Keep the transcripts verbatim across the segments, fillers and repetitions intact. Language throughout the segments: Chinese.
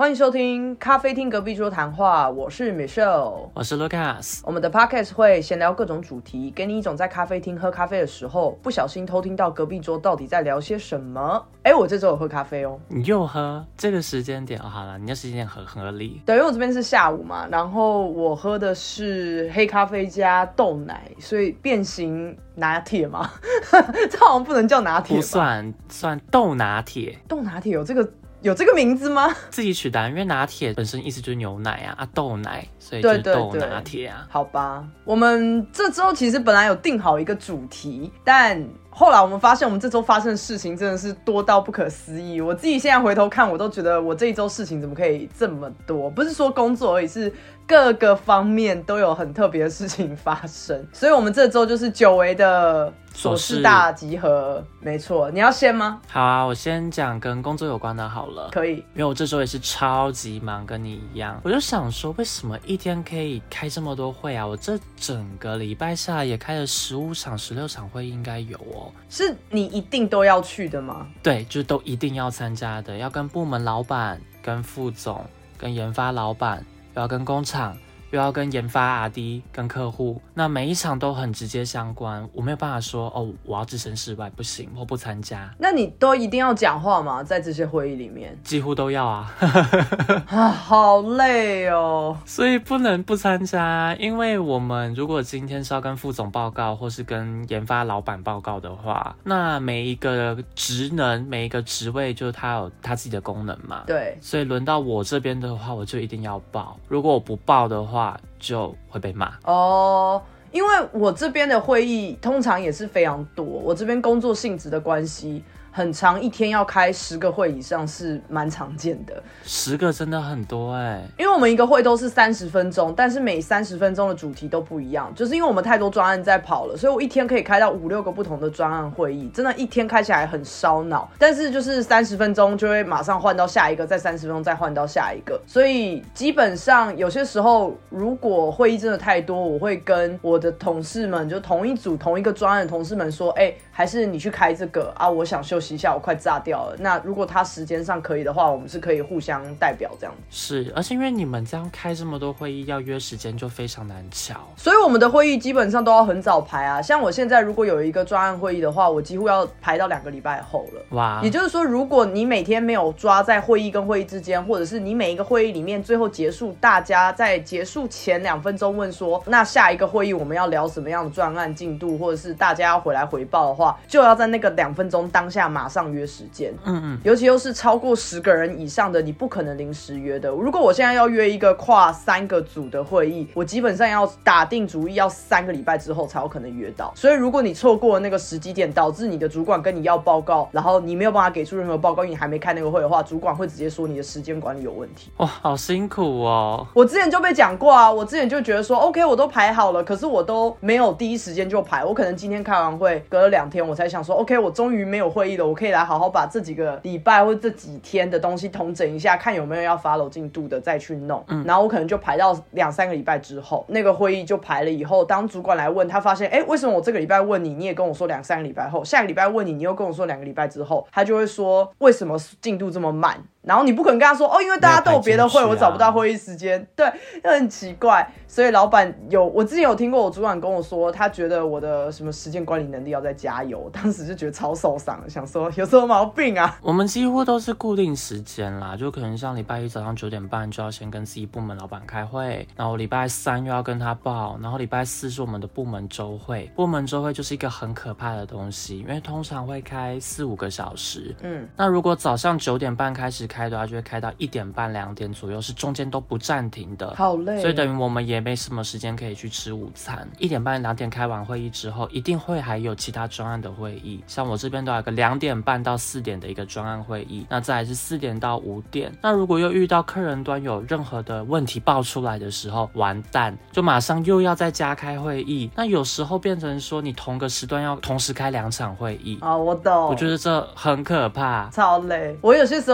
欢迎收听咖啡厅隔壁桌谈话，我是 Michelle， 我是 Lucas。 我们的 Podcast 会闲聊各种主题，给你一种在咖啡厅喝咖啡的时候不小心偷听到隔壁桌到底在聊些什么。哎，我这周有喝咖啡哦。 你又喝？这个时间点、哦、好了，你这时间点很合理。 对，因为我这边是下午嘛，然后我喝的是黑咖啡加豆奶，所以变形拿铁嘛，这好像不能叫拿铁吧？ 不算，算豆拿铁。 豆拿铁有这个有这个名字吗？ 自己取的，因为拿铁本身意思就是牛奶啊，啊豆奶，所以就是豆拿铁啊。 对对对，好吧，我们这周其实本来有定好一个主题，但后来我们发现我们这周发生的事情真的是多到不可思议。我自己现在回头看，我都觉得我这一周事情怎么可以这么多？不是说工作而已，是各个方面都有很特别的事情发生。所以我们这周就是久违的琐事大集合。没错，你要先吗？ 好啊，我先讲跟工作有关的好了。 可以， 因为我这周也是超级忙，跟你一样。我就想说，为什么一天可以开这么多会啊？我这整个礼拜下来也开了十五场、十六场会，应该有哦。 是你一定都要去的吗？ 对，就是都一定要参加的，要跟部门老板、跟副总、跟研发老板，又要跟工厂，又要跟研发 R D 跟客户，那每一场都很直接相关，我没有办法说哦，我要置身事外，不行，我不参加。 那你都一定要讲话吗？在这些会议里面？ 几乎都要啊。 啊，好累哦。 所以不能不参加，因为我们如果今天是要跟副总报告，或是跟研发老板报告的话，那每一个职能、每一个职位，就是它有它自己的功能嘛。 对。 所以轮到我这边的话，我就一定要报。如果我不报的话，就会被骂哦。因为我这边的会议通常也是非常多，我这边工作性质的关系，很长，一天要开十个会以上是蛮常见的。 十个真的很多哎、欸， 因为我们一个会都是三十分钟，但是每三十分钟的主题都不一样，就是因为我们太多专案在跑了，所以我一天可以开到五六个不同的专案会议，真的一天开起来很烧脑。但是就是三十分钟就会马上换到下一个，再三十分钟再换到下一个，所以基本上有些时候如果会议真的太多，我会跟我的同事们，就同一组同一个专案的同事们说，哎、欸，还是你去开这个啊，我想休息一下，我快炸掉了。那如果他时间上可以的话，我们是可以互相代表这样。 是，而且因为你们这样开这么多会议，要约时间就非常难巧， 所以我们的会议基本上都要很早排啊。像我现在如果有一个专案会议的话，我几乎要排到两个礼拜后了。哇！也就是说，如果你每天没有抓在会议跟会议之间，或者是你每一个会议里面最后结束，大家在结束前两分钟问说，那下一个会议我们要聊什么样的专案进度，或者是大家要回来回报的话，就要在那个两分钟当下马上约时间。嗯嗯，尤其又是超过十个人以上的，你不可能临时约的。如果我现在要约一个跨三个组的会议，我基本上要打定主意，要三个礼拜之后才有可能约到。所以如果你错过了那个时机点，导致你的主管跟你要报告，然后你没有办法给出任何报告，因为你还没开那个会的话，主管会直接说你的时间管理有问题。 哇，好辛苦哦！ 我之前就被讲过啊，我之前就觉得说 OK 我都排好了，可是我都没有第一时间就排，我可能今天开完会隔了两天我才想说 OK 我终于没有会议了，我可以来好好把这几个礼拜或者这几天的东西统整一下，看有没有要 follow 进度的再去弄、嗯、然后我可能就排到两三个礼拜之后，那个会议就排了以后，当主管来问他发现哎，为什么我这个礼拜问你你也跟我说两三个礼拜后，下个礼拜问你你又跟我说两个礼拜之后，他就会说为什么进度这么慢，然后你不可能跟他说哦，因为大家都有别的会、啊、我找不到会议时间，对，很奇怪。所以老板有，我之前有听过我主管跟我说，他觉得我的什么时间管理能力要再加油，当时就觉得超受伤，想说有什么毛病啊？ 我们几乎都是固定时间啦，就可能像礼拜一早上九点半就要先跟自己部门老板开会，然后礼拜三又要跟他报，然后礼拜四是我们的部门周会。部门周会就是一个很可怕的东西，因为通常会开四五个小时，嗯，那如果早上九点半开始开的话，就会开到一点半两点左右，是中间都不暂停的， 好累。 所以等于我们也没什么时间可以去吃午餐。一点半两点开完会议之后，一定会还有其他专案的会议，像我这边都有一个两点半到四点的一个专案会议，那再来是四点到五点。那如果又遇到客人端有任何的问题爆出来的时候，完蛋，就马上又要再加开会议。那有时候变成说你同个时段要同时开两场会议。 哦，我懂。 我觉得这很可怕， 超累。我有些时候就是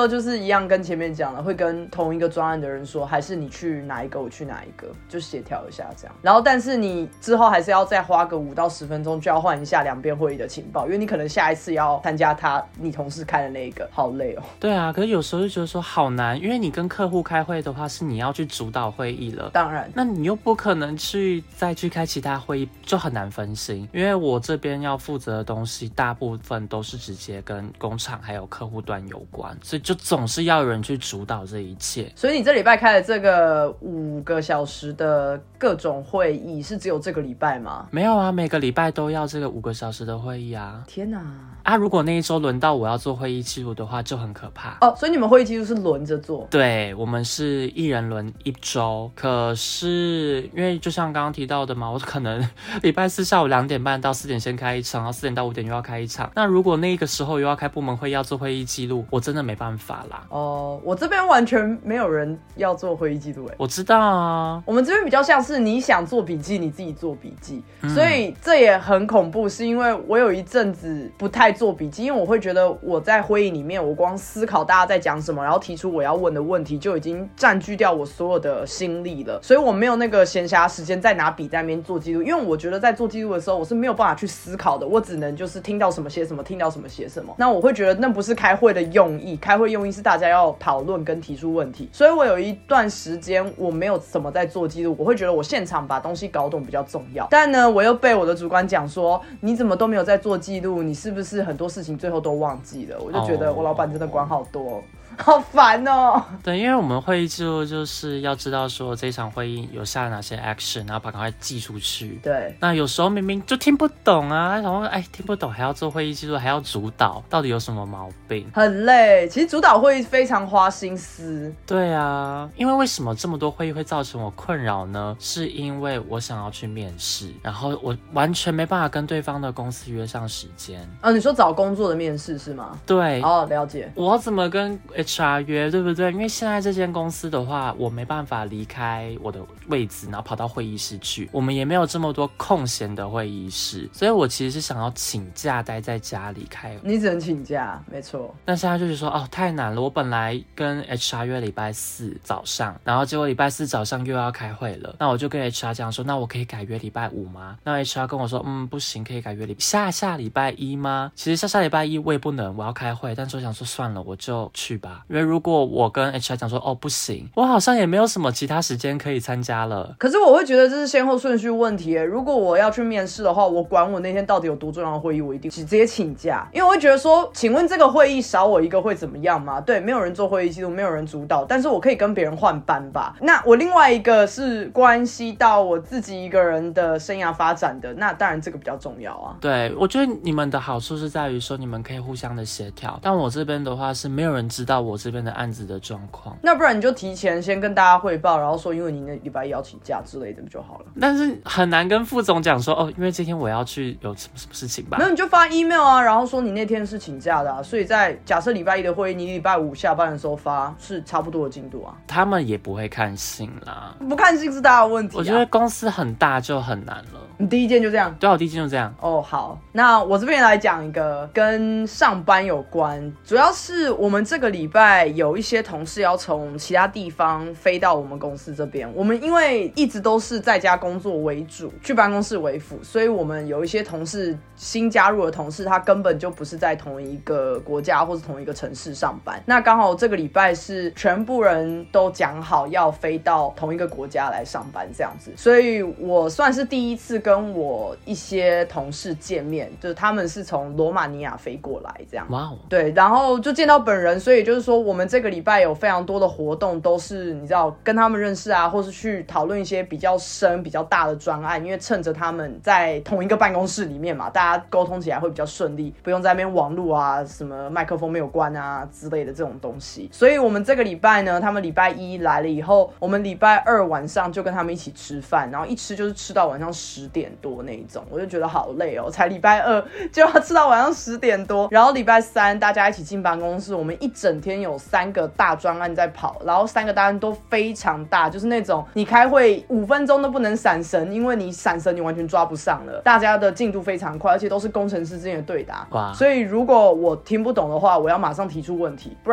样跟前面讲的，会跟同一个专案的人说，还是你去哪一个我去哪一个，就协调一下这样。然后但是你之后还是要再花个五到十分钟交换一下两边会议的情报，因为你可能下一次要参加他你同事开的那一个，好累哦。 对啊，可是有时候就觉得说好难，因为你跟客户开会的话是你要去主导会议了， 当然那你又不可能去再去开其他会议，就很难分心。因为我这边要负责的东西大部分都是直接跟工厂还有客户端有关，所以就总是要有人去主导这一切。 所以你这礼拜开了这个五个小时的各种会议，是只有这个礼拜吗？ 没有啊，每个礼拜都要这个五个小时的会议啊。 天哪！ 啊，如果那一周轮到我要做会议记录的话，就很可怕哦。所以你们会议记录是轮着做？ 对，我们是一人轮一周。可是因为就像刚刚提到的嘛，我可能礼拜四下午两点半到四点先开一场，然后四点到五点又要开一场。那如果那个时候又要开部门会议要做会议记录，我真的没办法啦。 哦，我这边完全没有人要做会议记录。 我知道啊， 我们这边比较像是你想做笔记你自己做笔记、嗯、所以这也很恐怖，是因为我有一阵子不太做笔记，因为我会觉得我在会议里面我光思考大家在讲什么，然后提出我要问的问题就已经占据掉我所有的心力了，所以我没有那个闲暇时间再拿笔在那边做记录，因为我觉得在做记录的时候我是没有办法去思考的，我只能就是听到什么写什么，听到什么写什么，那我会觉得那不是开会的用意，开会用意是大家要讨论跟提出问题，所以我有一段时间我没有怎么在做记录，我会觉得我现场把东西搞懂比较重要，但呢我又被我的主管讲说你怎么都没有在做记录，你是不是很多事情最后都忘记了，我就觉得我老板真的管好多，好烦哦。 对，因为我们会议记录就是要知道说这场会议有下了哪些 action， 然后把赶快寄出去。 对， 那有时候明明就听不懂啊，然后哎听不懂还要做会议记录，还要主导，到底有什么毛病？ 很累，其实主导会议非常花心思。 对啊，因为为什么这么多会议会造成我困扰呢？是因为我想要去面试，然后我完全没办法跟对方的公司约上时间。 哦，你说找工作的面试是吗？ 对。 哦，了解。 我要怎么跟 H R 约，对不对？因为现在这间公司的话，我没办法离开我的位置，然后跑到会议室去。我们也没有这么多空闲的会议室，所以我其实是想要请假待在家里开。 你只能请假，没错。 那现在就是说，哦，太难了。我本来跟 H R 约礼拜四早上，然后结果礼拜四早上又要开会了。那我就跟 H R 讲说，那我可以改约礼拜五吗？那 H R 跟我说，嗯，不行，可以改约礼下下礼拜一吗？其实下下礼拜一我也不能，我要开会。但是我想说，算了，我就去吧。因为如果我跟 H R 讲说，哦，不行，我好像也没有什么其他时间可以参加了。 可是我会觉得这是先后顺序问题耶。如果我要去面试的话，我管我那天到底有多重要的会议，我一定直接请假，因为我会觉得说，请问这个会议少我一个会怎么样吗？对，没有人做会议记录，没有人主导，但是我可以跟别人换班吧。那我另外一个是关系到我自己一个人的生涯发展的，那当然这个比较重要啊。 对，我觉得你们的好处是在于说你们可以互相的协调，但我这边的话是没有人知道我这边的案子的状况。 那不然你就提前先跟大家汇报，然后说因为你那礼拜一要请假之类的就好了。 但是很难跟副总讲说，哦，因为今天我要去有什么什么事情吧。 没有，你就发 email 啊，然后说你那天是请假的啊，所以在假设礼拜一的会议，你礼拜五下班的时候发是差不多的进度啊。 他们也不会看信啦， 不看信是大家的问题啊。 我觉得公司很大就很难了。 你第一件就这样？ 对啊，我第一件就这样。 哦，好，那我这边来讲一个跟上班有关，主要是我们这个礼拜有一些同事要从其他地方飞到我们公司这边。我们因为一直都是在家工作为主，去办公室为辅，所以我们有一些同事新加入的同事，他根本就不是在同一个国家或是同一个城市上班。那刚好这个礼拜是全部人都讲好要飞到同一个国家来上班这样子，所以我算是第一次跟我一些同事见面，就是他们是从罗马尼亚飞过来这样。 哇哦， 对，然后就见到本人，所以就是说我们这个礼拜有非常多的活动，都是你知道跟他们认识啊，或是去讨论一些比较深、比较大的专案，因为趁着他们在同一个办公室里面嘛，大家沟通起来会比较顺利，不用在那边网路啊、什么麦克风没有关啊之类的这种东西。所以我们这个礼拜呢，他们礼拜一来了以后，我们礼拜二晚上就跟他们一起吃饭，然后一吃就是吃到晚上十点多那一种，我就觉得好累哦，才礼拜二就要吃到晚上十点多。然后礼拜三大家一起进办公室，我们一整天有三个大专案在跑，然后三个大案都非常大，就是那种你开会五分钟都不能闪神，因为你闪神你完全抓不上了，大家的进度非常快，而且都是工程师之间的对答。哇！所以如果我听不懂的话，我要马上提出问题，不然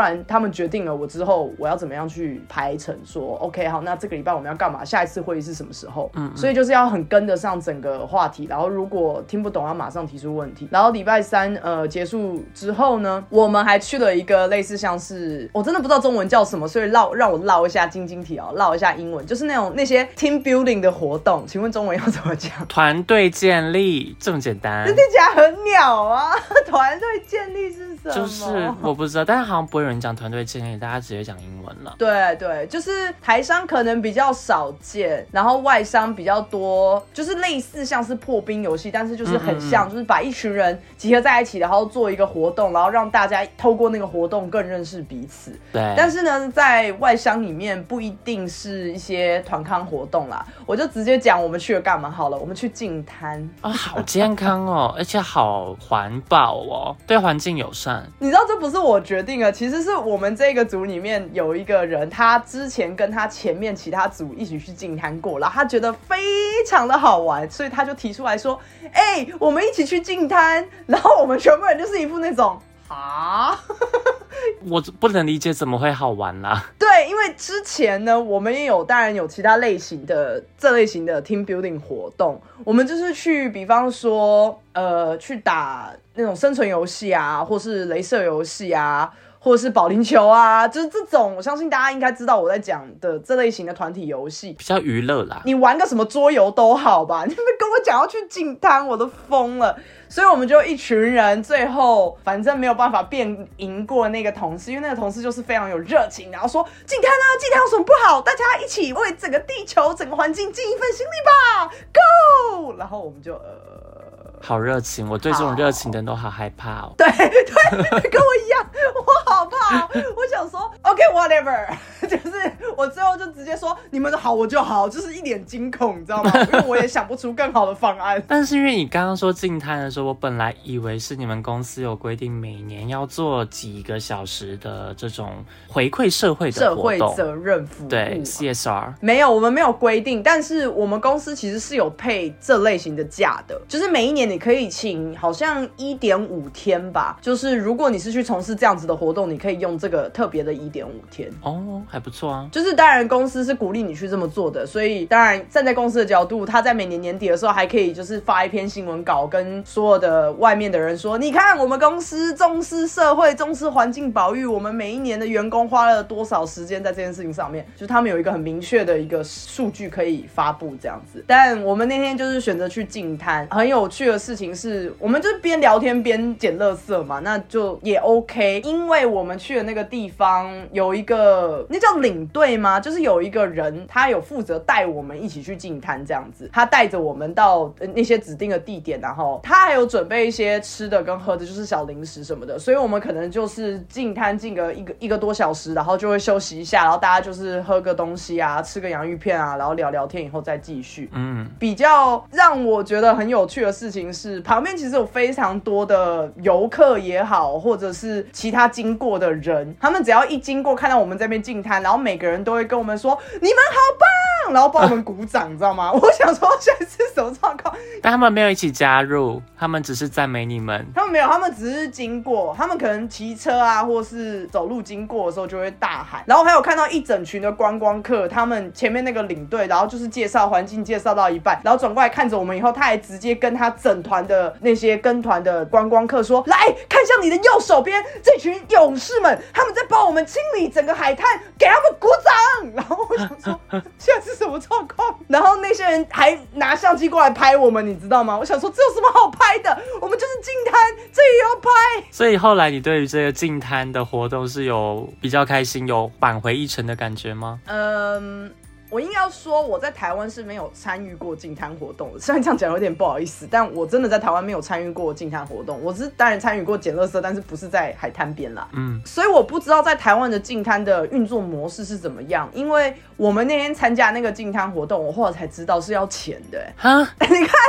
然他们决定了我之后我要怎么样去排程，说 OK 好，那这个礼拜我们要干嘛，下一次会议是什么时候，嗯嗯，所以就是要很跟得上整个话题，然后如果听不懂要马上提出问题。然后礼拜三呃结束之后呢，我们还去了一个类似像是我真的不知道中文叫什么，所以绕让我绕一下晶晶体哦，绕一下英文，就是那种那些 team building 的活动，请问中文要怎么讲？ 团队建立，这么简单？ 这听起来很鸟啊！团队建立是什么？ 就是我不知道，但是好像不会有人讲团队建立，大家直接讲英文了。 对对，就是台商可能比较少见，然后外商比较多，就是类似像是破冰游戏，但是就是很像，嗯嗯嗯，就是把一群人集合在一起，然后做一个活动，然后让大家透过那个活动更认识彼此。 对。 但是呢，在外商里面不一定是一些团康活动啦，我就直接讲我们去了干嘛好了。我们去净滩啊、哦，好健康哦，而且好环保哦，对环境友善。 你知道这不是我决定的，其实是我们这个组里面有一个人，他之前跟他前面其他组一起去净滩过，然后他觉得非常的好玩，所以他就提出来说：“哎、欸，我们一起去净滩。”然后我们全部人就是一副那种啊。 我不能理解怎么会好玩啦。 对，因为之前呢，我们也有当然有其他类型的这类型的 team building 活动，我们就是去，比方说，呃，去打那种生存游戏啊，或是雷射游戏啊，或者是保龄球啊，就是这种，我相信大家应该知道我在讲的这类型的团体游戏， 比较娱乐啦。 你玩个什么桌游都好吧，你们跟我讲要去净滩，我都疯了。所以我们就一群人，最后反正没有办法辩赢过那个同事，因为那个同事就是非常有热情，然后说净滩啊，净滩有什么不好？大家一起为整个地球、整个环境尽一份心力吧 ，Go！ 然后我们就呃， 好热情，我对这种热情的人都好害怕哦。 对对，跟我一样，我好怕哦。我想说 ，OK whatever， 就是我最后就直接说你们的好我就好，就是一脸惊恐，你知道吗？因为我也想不出更好的方案。 但是因为你刚刚说净滩的时候，我本来以为是你们公司有规定每年要做几个小时的这种回馈社会的活动， 社会责任服务， 对 C S R。 没有，我们没有规定，但是我们公司其实是有配这类型的假的，就是每一年你可以请好像 一点五天吧，就是如果你是去从事这样子的活动，你可以用这个特别的 一点五天。 哦，还不错啊。 就是当然公司是鼓励你去这么做的，所以当然站在公司的角度，他在每年年底的时候还可以就是发一篇新闻稿，跟所有的外面的人说，你看我们公司重视社会，重视环境保育，我们每一年的员工花了多少时间在这件事情上面，就是他们有一个很明确的一个数据可以发布这样子。但我们那天就是选择去净滩，很有趣的事情是，我们就是边聊天边捡垃圾嘛，那就也 OK， 因为我们去的那个地方有一个那叫领队吗？就是有一个人他有负责带我们一起去净滩这样子，他带着我们到那些指定的地点，然后他还有准备一些吃的跟喝的，就是小零食什么的，所以我们可能就是净滩净个一个一个多小时，然后就会休息一下，然后大家就是喝个东西啊，吃个洋芋片啊，然后聊聊天以后再继续。嗯，比较让我觉得很有趣的事情是，旁边其实有非常多的游客也好，或者是其他经过的人，他们只要一经过看到我们这边净滩，然后每个人都会跟我们说你们好棒，然后帮我们鼓掌，你知道吗？我想说现在是什么状况？ 但他们没有一起加入，他们只是赞美你们。 他们没有，他们只是经过，他们可能骑车啊，或是走路经过的时候就会大喊。然后还有看到一整群的观光客，他们前面那个领队，然后就是介绍环境，介绍到一半，然后转过来看着我们以后，他还直接跟他整团的那些跟团的观光客说：“来看向你的右手边，这群勇士们，他们在帮我们清理整个海滩，给他们鼓掌。”然后我想说，现在是什么状况？然后那些人还拿相机过来拍我们，你知道吗？我想说，这有什么好拍的？我们就是净滩，这也要拍。 所以后来你对于这个净滩的活动是有比较开心，有返回一程的感觉吗？ 嗯。我应该要说，我在台湾是没有参与过净滩活动的。虽然这样讲有点不好意思，但我真的在台湾没有参与过净滩活动。我是当然参与过捡垃圾，但是不是在海滩边啦。嗯，所以我不知道在台湾的净滩的运作模式是怎么样。因为我们那天参加那个净滩活动，我后来才知道是要钱的。哈，你看对不对？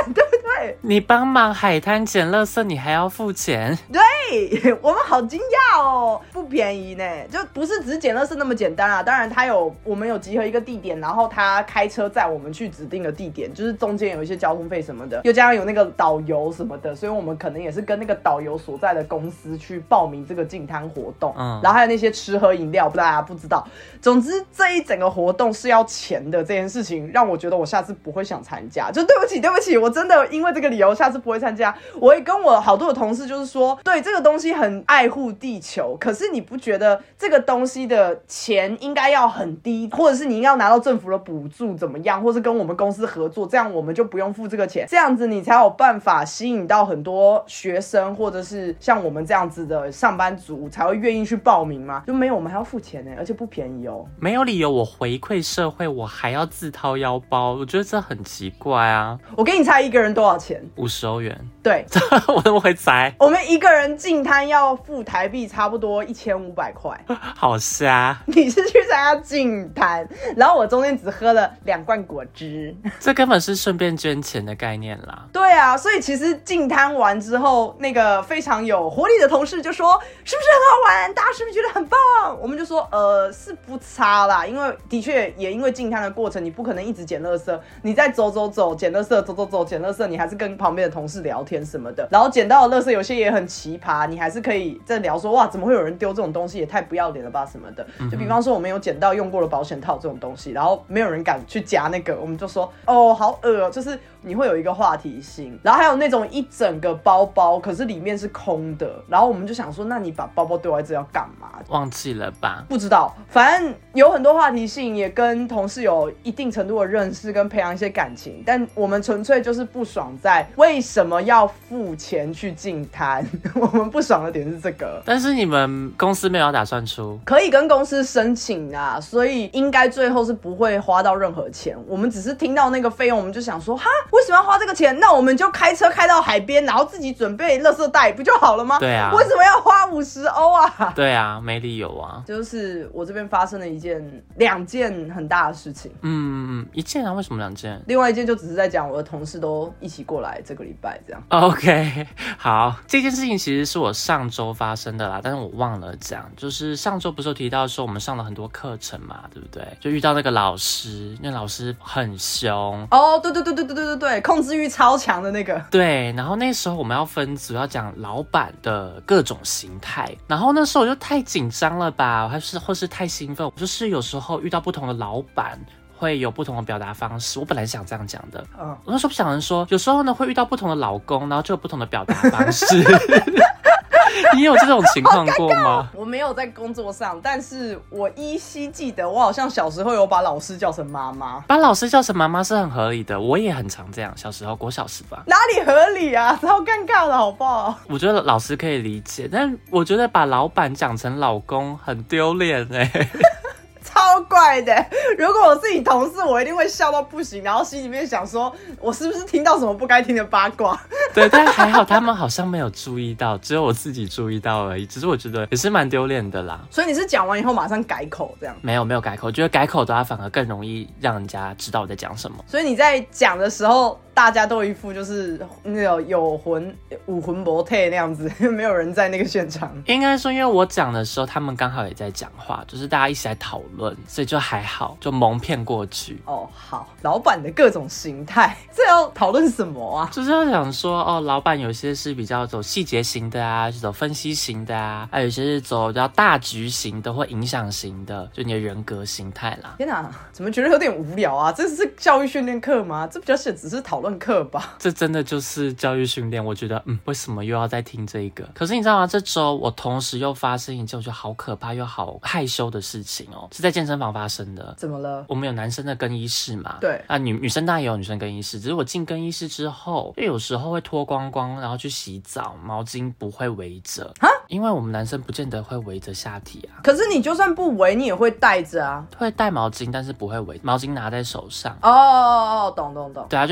对， 你帮忙海滩捡垃圾，你还要付钱？ 对，我们好惊讶哦，不便宜呢，就不是只是捡垃圾那么简单啊。当然，他有我们有集合一个地点，然后他开车载我们去指定的地点，就是中间有一些交通费什么的，又加上有那个导游什么的，所以我们可能也是跟那个导游所在的公司去报名这个净滩活动，嗯，然后还有那些吃喝饮料，大家不知道。总之，这一整个活动是要钱的，这件事情让我觉得我下次不会想参加。就对不起，对不起，我真的因为这个理由下次不会参加。我会跟我好多的同事就是说，对这个东西很爱护地球，可是你不觉得这个东西的钱应该要很低，或者是你应该要拿到政府的补助怎么样，或是跟我们公司合作，这样我们就不用付这个钱，这样子你才有办法吸引到很多学生，或者是像我们这样子的上班族才会愿意去报名吗？就没有，我们还要付钱呢，而且不便宜哦。 没有理由我回馈社会，我还要自掏腰包，我觉得这很奇怪啊。 我给你猜一个人多少钱？ 五十欧元。 对， 我怎么会猜？ 我们一个人净滩要付台币差不多一千五百块， 好瞎！ 你是去参加净滩，然后我中间只喝了两罐果汁， 这根本是顺便捐钱的概念啦。 对啊，所以其实净滩完之后，那个非常有活力的同事就说：“是不是很好玩？大家是不是觉得很棒？”我们就说：“呃，是不差啦，因为的确也因为净滩的过程，你不可能一直捡垃圾，你再走走走，捡垃圾，走走走，捡垃圾，你还是跟旁边的同事聊天什么的，然后捡到的垃圾有些也很奇葩，你还是可以在聊说，哇，怎么会有人丢这种东西，也太不要脸了吧什么的。就比方说我们有捡到用过的保险套这种东西，然后没有人敢去夹那个，我们就说哦好恶哦，就是你会有一个话题性。然后还有那种一整个包包可是里面是空的，然后我们就想说，那你把包包丢在这要干嘛？ 忘记了吧？ 不知道，反正有很多话题性，也跟同事有一定程度的认识跟培养一些感情，但我们纯粹就是不爽在为什么要付钱去净滩。我们不爽的点是这个。 但是你们公司没有要打算出？ 可以跟公司申请啊，所以应该最后是不会花到任何钱。我们只是听到那个费用，我们就想说，哈，为什么要花这个钱？那我们就开车开到海边，然后自己准备垃圾袋不就好了吗？ 对啊， 为什么要花五十欧啊？ 对啊，没理由啊。 就是我这边发生了一件两件很大的事情。 嗯，一件啊？为什么两件？ 另外一件就只是在讲我的同事都一起过来这个礼拜这样。 OK， 好，这件事情其实是我上周发生的啦，但是我忘了讲，就是上周不是有提到说我们上了很多课程嘛，对不对？就遇到那个老师，那老师很凶。 哦，对对对对对对对对，控制欲超强的那个。 对，然后那时候我们要分组要讲老板的各种形态，然后那时候我就太紧张了吧，还是或是太兴奋，就是有时候遇到不同的老板。会有不同的表达方式，我本来是想这样讲的，嗯，我那时候想人说，有时候呢会遇到不同的老公，然后就有不同的表达方式。你有这种情况过吗？ 我没有在工作上，但是我依稀记得，我好像小时候有把老师叫成妈妈。 把老师叫成妈妈是很合理的，我也很常这样。小时候国小时吧， 哪里合理啊？超尴尬的好不好？ 我觉得老师可以理解，但我觉得把老板讲成老公很丢脸哎。 超怪的，如果我自己同事，我一定会笑到不行，然后心里面想说，我是不是听到什么不该听的八卦？ 对，但还好他们好像没有注意到，只有我自己注意到而已。只是我觉得也是蛮丢脸的啦。 所以你是讲完以后马上改口这样？ 没有没有改口，觉得改口的话反而更容易让人家知道我在讲什么。 所以你在讲的时候，大家都一副就是那种有魂武魂不退那样子，没有人在那个现场。 应该说，因为我讲的时候，他们刚好也在讲话，就是大家一起来讨论，所以就还好，就蒙骗过去。 哦，好，老板的各种形态，这要讨论什么啊？ 就是要想说，哦，老板有些是比较走细节型的啊，是走分析型的啊，还有些是走比较大局型的或影响型的，就你的人格形态啦。 天哪，怎么觉得有点无聊啊？这是教育训练课吗？这比较是只是讨论课吧？ 这真的就是教育训练。我觉得，嗯，为什么又要再听这个？可是你知道吗？这周我同时又发生一件我觉得好可怕又好害羞的事情哦，是在健身房发生的。 怎么了？ 我们有男生的更衣室嘛？ 对啊，女女生当然也有女生更衣室，只是我进更衣室之后，就有时候会脱光光，然后去洗澡，毛巾不会围着啊，因为我们男生不见得会围着下体啊。 可是你就算不围，你也会带着啊。 会带毛巾，但是不会围，毛巾拿在手上。 哦哦哦，懂懂懂。 对啊，就是你把你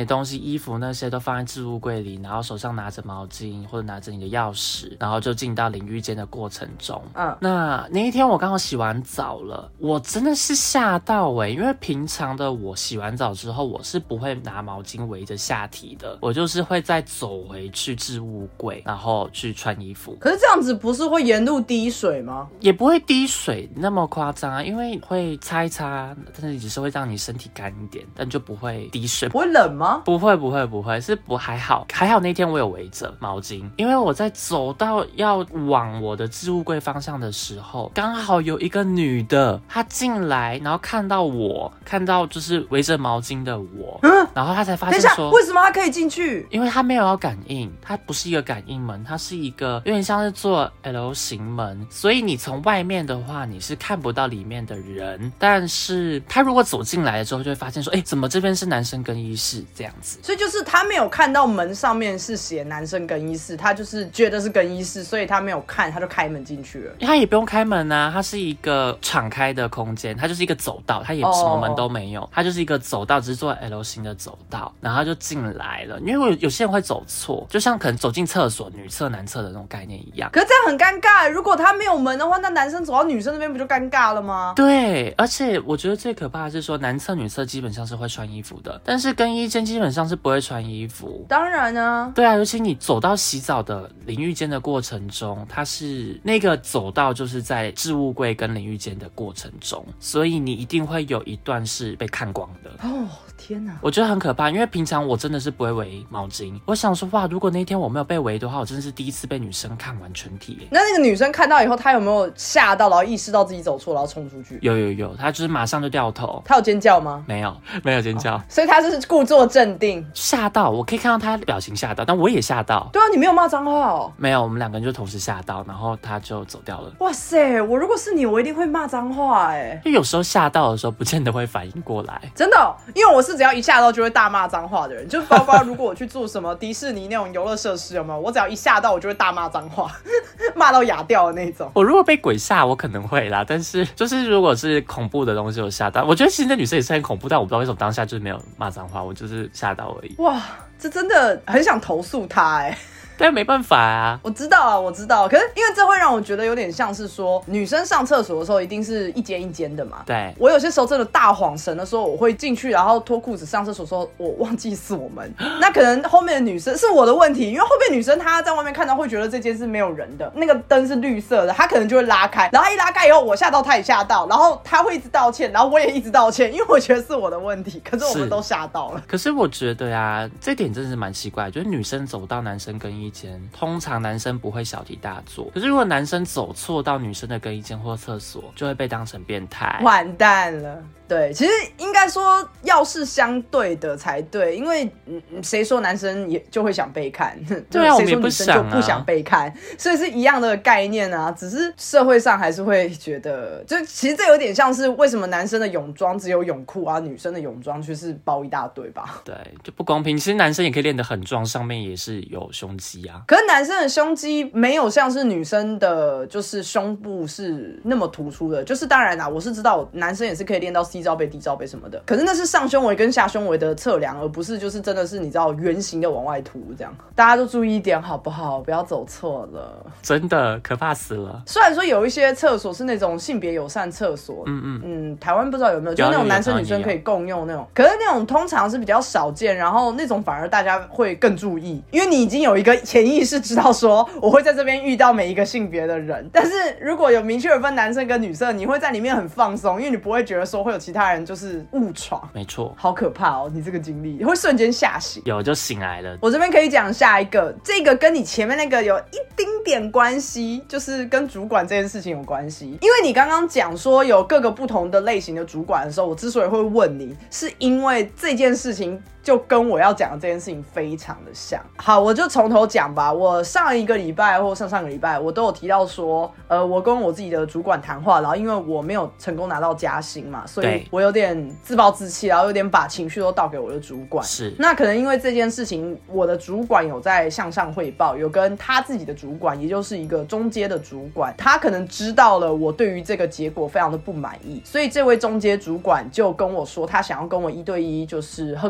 东西，衣服那些都放在置物柜里，然后手上拿着毛巾或者拿着你的钥匙，然后就进到淋浴间的过程中。嗯，那那一天我刚好洗完澡了，我真的是吓到哎、欸，因为平常的我洗完澡之后，我是不会拿毛巾围着下体的，我就是会再走回去置物柜，然后去穿衣服。 可是这样子不是会沿路滴水吗？ 也不会滴水那么夸张啊，因为会擦一擦，但是只是会让你身体干一点，但就不会滴水。 不会冷吗？ 不会不会不会，是不还好还好那天我有围着毛巾，因为我在走到要往我的置物柜方向的时候，刚好有一个女的她进来，然后看到我，看到就是围着毛巾的我，嗯、然后她才发现说， 等一下，为什么她可以进去？ 因为她没有要感应，它不是一个感应门，它是一个有点像是做 L 型门，所以你从外面的话你是看不到里面的人，但是她如果走进来了之后就会发现说，哎，怎么这边是男生更衣室这样子？ 所以就是她没有看到门上面是写男生更衣室，她就是觉得是更衣室，所以她没有看，她就开门进去了。 她也不用开门啊，它是一个敞开的空间，它就是一个走道，它也什么门都没有， oh. 它就是一个走道，只是做 L 型的走道，然后就进来了。因为有些人会走错，就像可能走进厕所女厕男厕的那种概念一样。 可是这样很尴尬，如果他没有门的话，那男生走到女生那边不就尴尬了吗？ 对，而且我觉得最可怕的是说，男厕女厕基本上是会穿衣服的，但是更衣间基本上是不会穿衣服。 当然啊， 对啊，尤其你走到洗澡的淋浴间的过程中，它是那个走道就是在置物柜跟淋浴间的过程中，所以你一定会有一段是被看光的。 哦，天哪， 我觉得很可怕，因为平常我真的是不会围毛巾。我想说，哇，如果那天我没有被围的话，我真的是第一次被女生看完全体耶。 那那个女生看到以后，她有没有吓到，然后意识到自己走错，然后冲出去？ 有有有，她就是马上就掉头。 她有尖叫吗？ 没有，没有尖叫。哦、 所以她是故作镇定。 吓到，我可以看到她表情吓到，但我也吓到。 对啊，你没有骂脏话哦？ 没有，我们两个人就同时吓到，然后她就走掉了。 哇塞，我如果是你，我一定会骂脏话哎。 就有时候吓到的时候，不见得会反应过来。 真的、哦，因为我是只要一吓到就会大骂脏话的人，就包括如果我去做什么迪士尼那种游乐设施，有没有？我只要一吓到，我就会大骂脏话，骂到哑掉的那种。 我如果被鬼吓，我可能会啦，但是就是如果是恐怖的东西，我吓到，我觉得其实那女生也是很恐怖，但我不知道为什么当下就是没有骂脏话，我就是吓到而已。 哇，这真的很想投诉她哎、欸。 但没办法啊， 我知道啊，我知道，可是因为这会让我觉得有点像是说，女生上厕所的时候一定是一间一间的嘛。 对， 我有些时候真的大晃神的时候，我会进去，然后脱裤子上厕所的时候，我忘记锁门，那可能后面的女生是我的问题，因为后面女生她在外面看到会觉得这间是没有人的，那个灯是绿色的，她可能就会拉开，然后一拉开以后，我吓到，她也吓到，然后她会一直道歉，然后我也一直道歉，因为我觉得是我的问题，可是我们都吓到了。 可是我觉得呀，这点真的是蛮奇怪，就是女生走到男生更衣间，通常男生不会小题大做，可是如果男生走错到女生的更衣间或厕所，就会被当成变态， 完蛋了。对，其实应该说要是相对的才对，因为嗯，谁说男生也就会想被看？ 对啊， 谁说女生就不想被看？所以是一样的概念啊，只是社会上还是会觉得，就其实这有点像是为什么男生的泳装只有泳裤啊，女生的泳装却是包一大堆吧？ 对，就不公平。其实男生也可以练得很壮，上面也是有胸肌啊。 可是男生的胸肌没有像是女生的，就是胸部是那么突出的。就是当然啦，我是知道男生也是可以练到 C 罩杯、D 罩杯什么的，可是那是上胸围跟下胸围的测量，而不是就是真的是你知道圆形的往外凸这样。大家都注意一点好不好？不要走错了， 真的可怕死了。 虽然说有一些厕所是那种性别友善厕所，嗯嗯嗯，台湾不知道有没有，就是那种男生女生可以共用那种，可是那种通常是比较少见，然后那种反而大家会更注意，因为你已经有一个潜意识知道说我会在这边遇到每一个性别的人，但是如果有明确的分男生跟女生，你会在里面很放松，因为你不会觉得说会有其他人就是误闯。 没错， 好可怕哦！你这个经历会瞬间吓醒， 有就醒来了。 我这边可以讲下一个，这个跟你前面那个有一丁点关系，就是跟主管这件事情有关系。因为你刚刚讲说有各个不同的类型的主管的时候，我之所以会问你，是因为这件事情就跟我要讲的这件事情非常的像。好，我就从头讲吧。我上一个礼拜或上上个礼拜，我都有提到说，呃，我跟我自己的主管谈话，然后因为我没有成功拿到加薪嘛，所以我有点自暴自弃，然后有点把情绪都倒给我的主管。 是， 那可能因为这件事情，我的主管有在向上汇报，有跟他自己的主管，也就是一个中阶的主管，他可能知道了我对于这个结果非常的不满意，所以这位中阶主管就跟我说，他想要跟我一对一，就是喝个咖啡。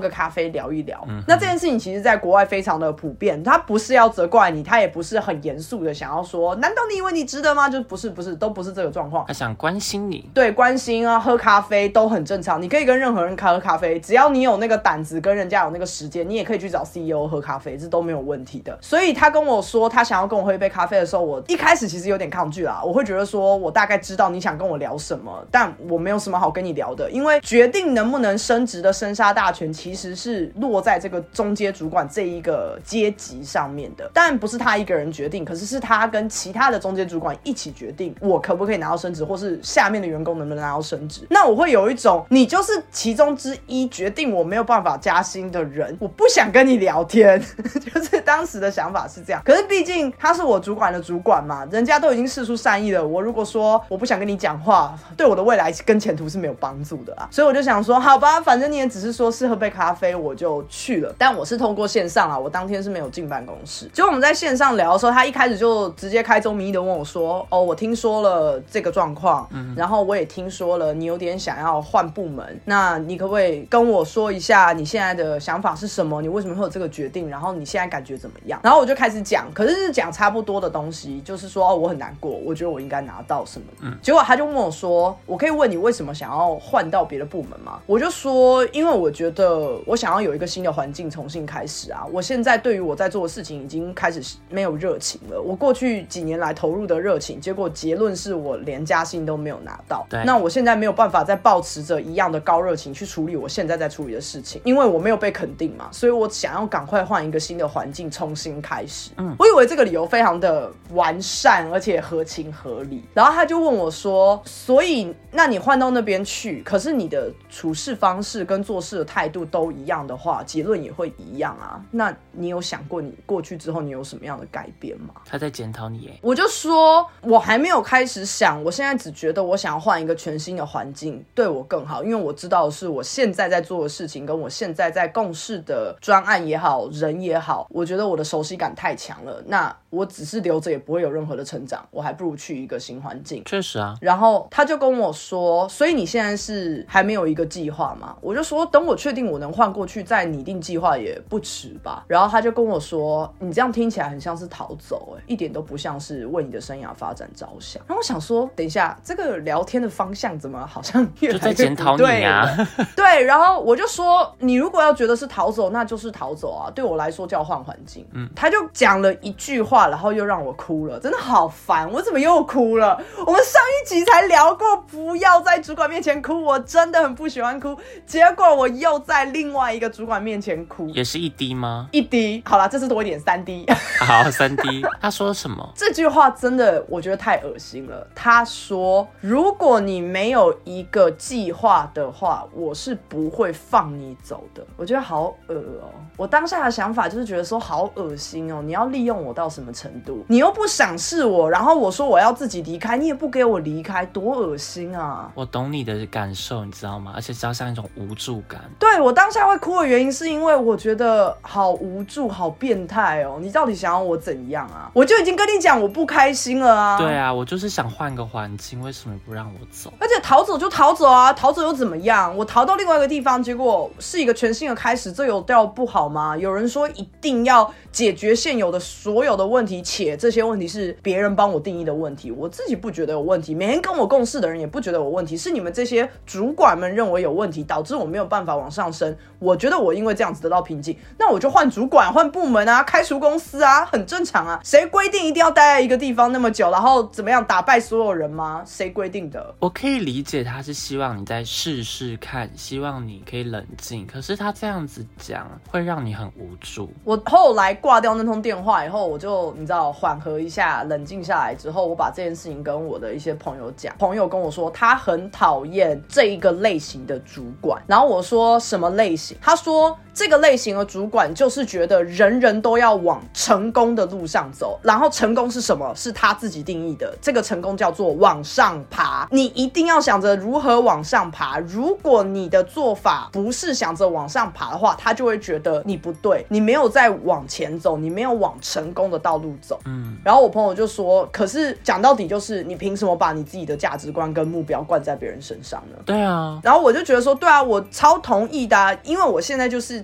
聊一聊、嗯、那这件事情其实在国外非常的普遍，他不是要责怪你，他也不是很严肃的想要说难道你以为你值得吗，就不是不是都不是这个状况， 他想关心你， 对，关心啊，喝咖啡都很正常，你可以跟任何人喝咖啡，只要你有那个胆子跟人家有那个时间，你也可以去找 C E O 喝咖啡，这都没有问题的。所以他跟我说他想要跟我喝一杯咖啡的时候，我一开始其实有点抗拒啦，我会觉得说我大概知道你想跟我聊什么，但我没有什么好跟你聊的，因为决定能不能升职的生杀大权其实是落在这个中阶主管这一个阶级上面的，当然不是他一个人决定，可是是他跟其他的中阶主管一起决定我可不可以拿到升职，或是下面的员工能不能拿到升职。那我会有一种你就是其中之一决定我没有办法加薪的人，我不想跟你聊天就是当时的想法是这样。可是毕竟他是我主管的主管嘛，人家都已经释出善意了，我如果说我不想跟你讲话，对我的未来跟前途是没有帮助的啦。所以我就想说好吧，反正你也只是说是喝杯咖啡，我就去了。但我是通过线上啊，我当天是没有进办公室。结果我们在线上聊的时候，他一开始就直接开宗明义的问我说哦，我听说了这个状况、嗯、然后我也听说了你有点想要换部门，那你可不可以跟我说一下你现在的想法是什么，你为什么会有这个决定，然后你现在感觉怎么样。然后我就开始讲，可是是讲差不多的东西，就是说哦，我很难过，我觉得我应该拿到什么、嗯、结果他就问我说我可以问你为什么想要换到别的部门吗？我就说因为我觉得我想要有一个新的环境重新开始啊，我现在对于我在做的事情已经开始没有热情了，我过去几年来投入的热情，结果结论是我连加薪都没有拿到，那我现在没有办法再抱持着一样的高热情去处理我现在在处理的事情，因为我没有被肯定嘛，所以我想要赶快换一个新的环境重新开始、嗯、我以为这个理由非常的完善而且合情合理。然后他就问我说所以那你换到那边去，可是你的处事方式跟做事的态度都一样的话，结论也会一样啊，那你有想过你过去之后你有什么样的改变吗？ 他在检讨你耶。 我就说我还没有开始想，我现在只觉得我想要换一个全新的环境对我更好，因为我知道的是我现在在做的事情跟我现在在共事的专案也好人也好，我觉得我的熟悉感太强了，那我只是留着也不会有任何的成长，我还不如去一个新环境。 确实啊。 然后他就跟我说所以你现在是还没有一个计划吗？我就说等我确定我能换过去再拟定计划也不迟吧。然后他就跟我说你这样听起来很像是逃走、欸、一点都不像是为你的生涯发展着想。然后我想说等一下这个聊天的方向怎么好像越来越不对了，就在检讨你啊对，然后我就说你如果要觉得是逃走那就是逃走啊，对我来说叫换环境、嗯、他就讲了一句话然后又让我哭了，真的好烦，我怎么又哭了？我们上一集才聊过不要在主管面前哭，我真的很不喜欢哭，结果我又在另外一个主管面前哭。 也是一滴吗？ 一滴。好啦，这次多一点，三滴。 好，三滴。他说什么？ 这句话真的我觉得太恶心了。他说如果你没有一个计划的话我是不会放你走的。我觉得好恶哦，我当下的想法就是觉得说好恶心哦，你要利用我到什么程度？你又不赏识我，然后我说我要自己离开你也不给我离开，多恶心啊。 我懂你的感受你知道吗？而且加上一种无助感。 对，我当下会哭的原因是因为我觉得好无助好变态哦，你到底想要我怎样啊？我就已经跟你讲我不开心了啊。 对啊，我就是想换个环境，为什么不让我走？ 而且逃走就逃走啊，逃走又怎么样？我逃到另外一个地方结果是一个全新的开始，这有掉不好吗？有人说一定要解决现有的所有的问题，且这些问题是别人帮我定义的问题，我自己不觉得有问题，每天跟我共事的人也不觉得有问题，是你们这些主管们认为有问题，导致我没有办法往上升。我觉得我因为这样子得到瓶颈，那我就换主管换部门啊，开除公司啊，很正常啊。谁规定一定要待在一个地方那么久然后怎么样打败所有人吗？谁规定的？ 我可以理解他是希望你再试试看，希望你可以冷静，可是他这样子讲会让你很无助。 我后来挂掉那通电话以后，我就你知道缓和一下冷静下来之后，我把这件事情跟我的一些朋友讲，朋友跟我说他很讨厌这一个类型的主管，然后我说什么类型？他说这个类型的主管就是觉得人人都要往成功的路上走，然后成功是什么？是他自己定义的，这个成功叫做往上爬，你一定要想着如何往上爬，如果你的做法不是想着往上爬的话，他就会觉得你不对，你没有在往前走，你没有往成功的道路走。嗯，然后我朋友就说可是讲到底就是你凭什么把你自己的价值观跟目标灌在别人身上呢？ 对啊， 然后我就觉得说对啊，我超同意的啊，因为我现在就是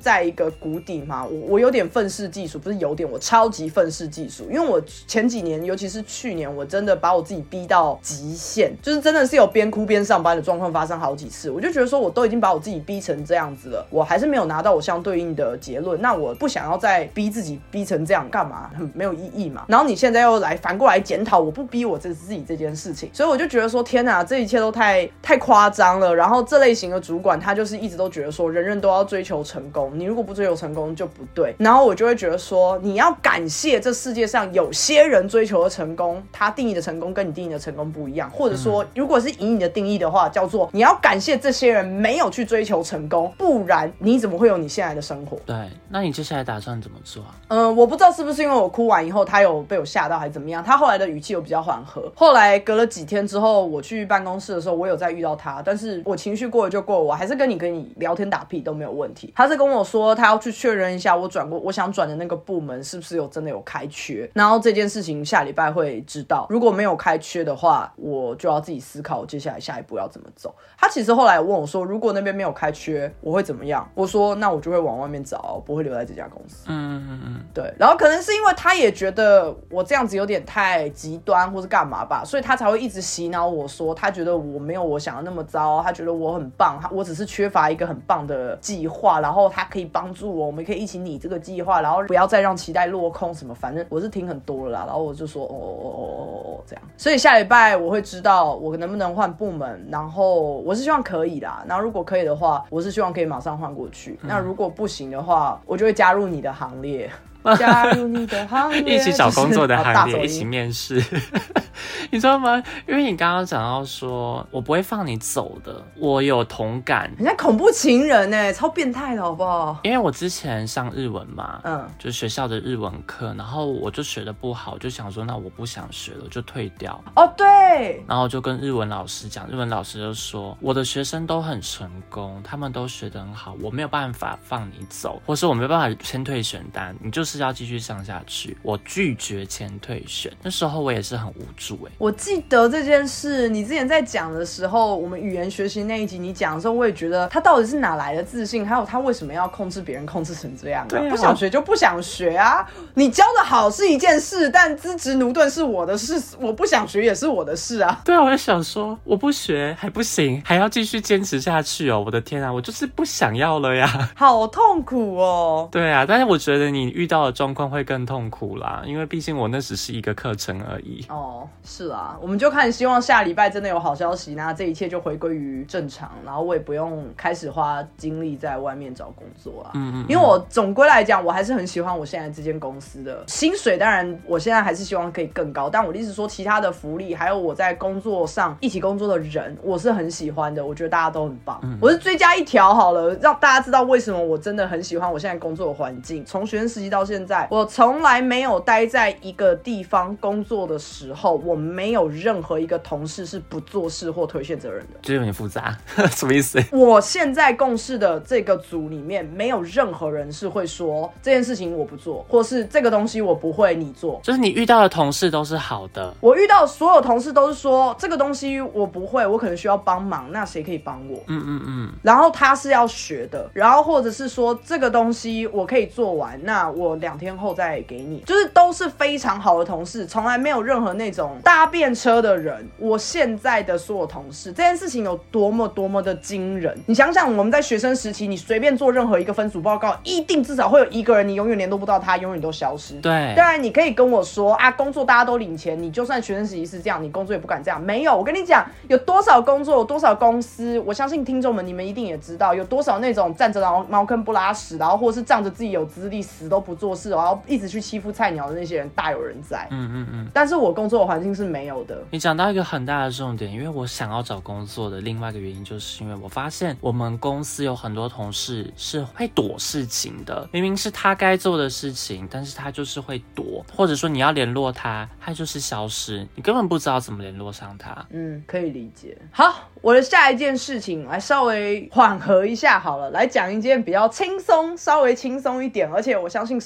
在一个谷底嘛，我我有点愤世嫉俗，不是有点，我超级愤世嫉俗，因为我前几年，尤其是去年，我真的把我自己逼到极限，就是真的是有边哭边上班的状况发生好几次，我就觉得说我都已经把我自己逼成这样子了，我还是没有拿到我相对应的结论，那我不想要再逼自己逼成这样干嘛，很没有意义嘛。然后你现在又来反过来检讨我不逼我自己这件事情，所以我就觉得说天哪，这一切都太太夸张了。然后这类型的主管他就是一直都觉得说人人都要追求成功，你如果不追求成功就不对。然后我就会觉得说你要感谢这世界上有些人追求的成功，他定义的成功跟你定义的成功不一样，或者说如果是以你的定义的话，叫做你要感谢这些人没有去追求成功，不然你怎么会有你现在的生活。 对，那你接下来打算怎么做啊？ 嗯，我不知道是不是因为我哭完以后他有被我吓到还是怎么样，他后来的语气有比较缓和。后来隔了几天之后我去办公室的时候，我有再遇到他，但是我情绪过了就过了，我还是跟你跟你聊天打屁都没有问题。他是跟我说他要去确认一下我转过我想转的那个部门是不是有真的有开缺，然后这件事情下礼拜会知道，如果没有开缺的话我就要自己思考接下来下一步要怎么走。他其实后来问我说如果那边没有开缺我会怎么样，我说那我就会往外面找，我不会留在这家公司。 嗯嗯嗯， 对。然后可能是因为他也觉得我这样子有点太极端或是干嘛吧，所以他才会一直洗脑我说他觉得我没有我想的那么糟，他觉得我很棒，我只是缺乏一个很棒的计划，然后他可以帮助我，我们可以一起拟这个计划，然后不要再让期待落空什么，反正我是听很多了啦。然后我就说哦哦哦哦哦这样。所以下礼拜我会知道我能不能换部门，然后我是希望可以啦，然后如果可以的话我是希望可以马上换过去、嗯、那如果不行的话我就会加入你的行列加入你的行列一起找工作的行列、就是、一起面试你知道吗？因为你刚刚讲到说我不会放你走的，我有同感， 人家恐怖情人耶、欸、超变态的好不好？ 因为我之前上日文嘛， 嗯， 就是学校的日文课，然后我就学得不好，就想说那我不想学了，就退掉。 哦对， 然后就跟日文老师讲，日文老师就说我的学生都很成功，他们都学得很好，我没有办法放你走，或是我没有办法签退选单，你就是要继续上下去，我拒绝签退选。那时候我也是很无助哎、欸。 我记得这件事，你之前在讲的时候，我们语言学习那一集你讲的时候，我也觉得他到底是哪来的自信，还有他为什么要控制别人控制成这样、啊对啊， 不想学就不想学啊，你教的好是一件事，但资质驽钝是我的事，我不想学也是我的事啊。 对啊，我就想说我不学还不行，还要继续坚持下去哦，我的天啊，我就是不想要了呀， 好痛苦哦。 对啊，但是我觉得你遇到的状况会更痛苦啦，因为毕竟我那只是一个课程而已。 哦，是啊，我们就看希望下礼拜真的有好消息，那这一切就回归于正常，然后我也不用开始花精力在外面找工作啊。嗯 嗯, 嗯，因为我总归来讲我还是很喜欢我现在这间公司的薪水，当然我现在还是希望可以更高，但我的意思说其他的福利还有我在工作上一起工作的人我是很喜欢的，我觉得大家都很棒。嗯、我是追加一条好了，让大家知道为什么我真的很喜欢我现在工作的环境。从学生时期到现在，我从来没有待在一个地方工作的时候，我没有任何一个同事是不做事或推卸责任的。 这有点复杂什么意思？ 我现在共事的这个组里面没有任何人是会说这件事情我不做，或是这个东西我不会你做， 就是你遇到的同事都是好的。 我遇到所有同事都是说这个东西我不会，我可能需要帮忙，那谁可以帮我？嗯嗯嗯。然后他是要学的，然后或者是说这个东西我可以做完，那我两天后再给你，就是都是非常好的同事，从来没有任何那种搭便车的人。我现在的所有同事，这件事情有多么多么的惊人，你想想我们在学生时期，你随便做任何一个分组报告，一定至少会有一个人你永远联络不到他，永远都消失。 对， 当然你可以跟我说啊，工作大家都领钱，你就算学生时期是这样，你工作也不敢这样。没有，我跟你讲，有多少工作，有多少公司，我相信听众们你们一定也知道，有多少那种站着茅坑不拉屎，然后或是仗着自己有资历死都不做事，然后一直去欺负菜鸟的那些人大有人在。嗯嗯嗯。但是我工作的环境是没有的。 你讲到一个很大的重点，因为我想要找工作的另外一个原因，就是因为我发现我们公司有很多同事是会躲事情的，明明是他该做的事情，但是他就是会躲，或者说你要联络他，他就是消失，你根本不知道怎么联络上他。 嗯，可以理解。好，我的下一件事情来稍微缓和一下好了，来讲一件比较轻松，稍微轻松一点，而且我相信所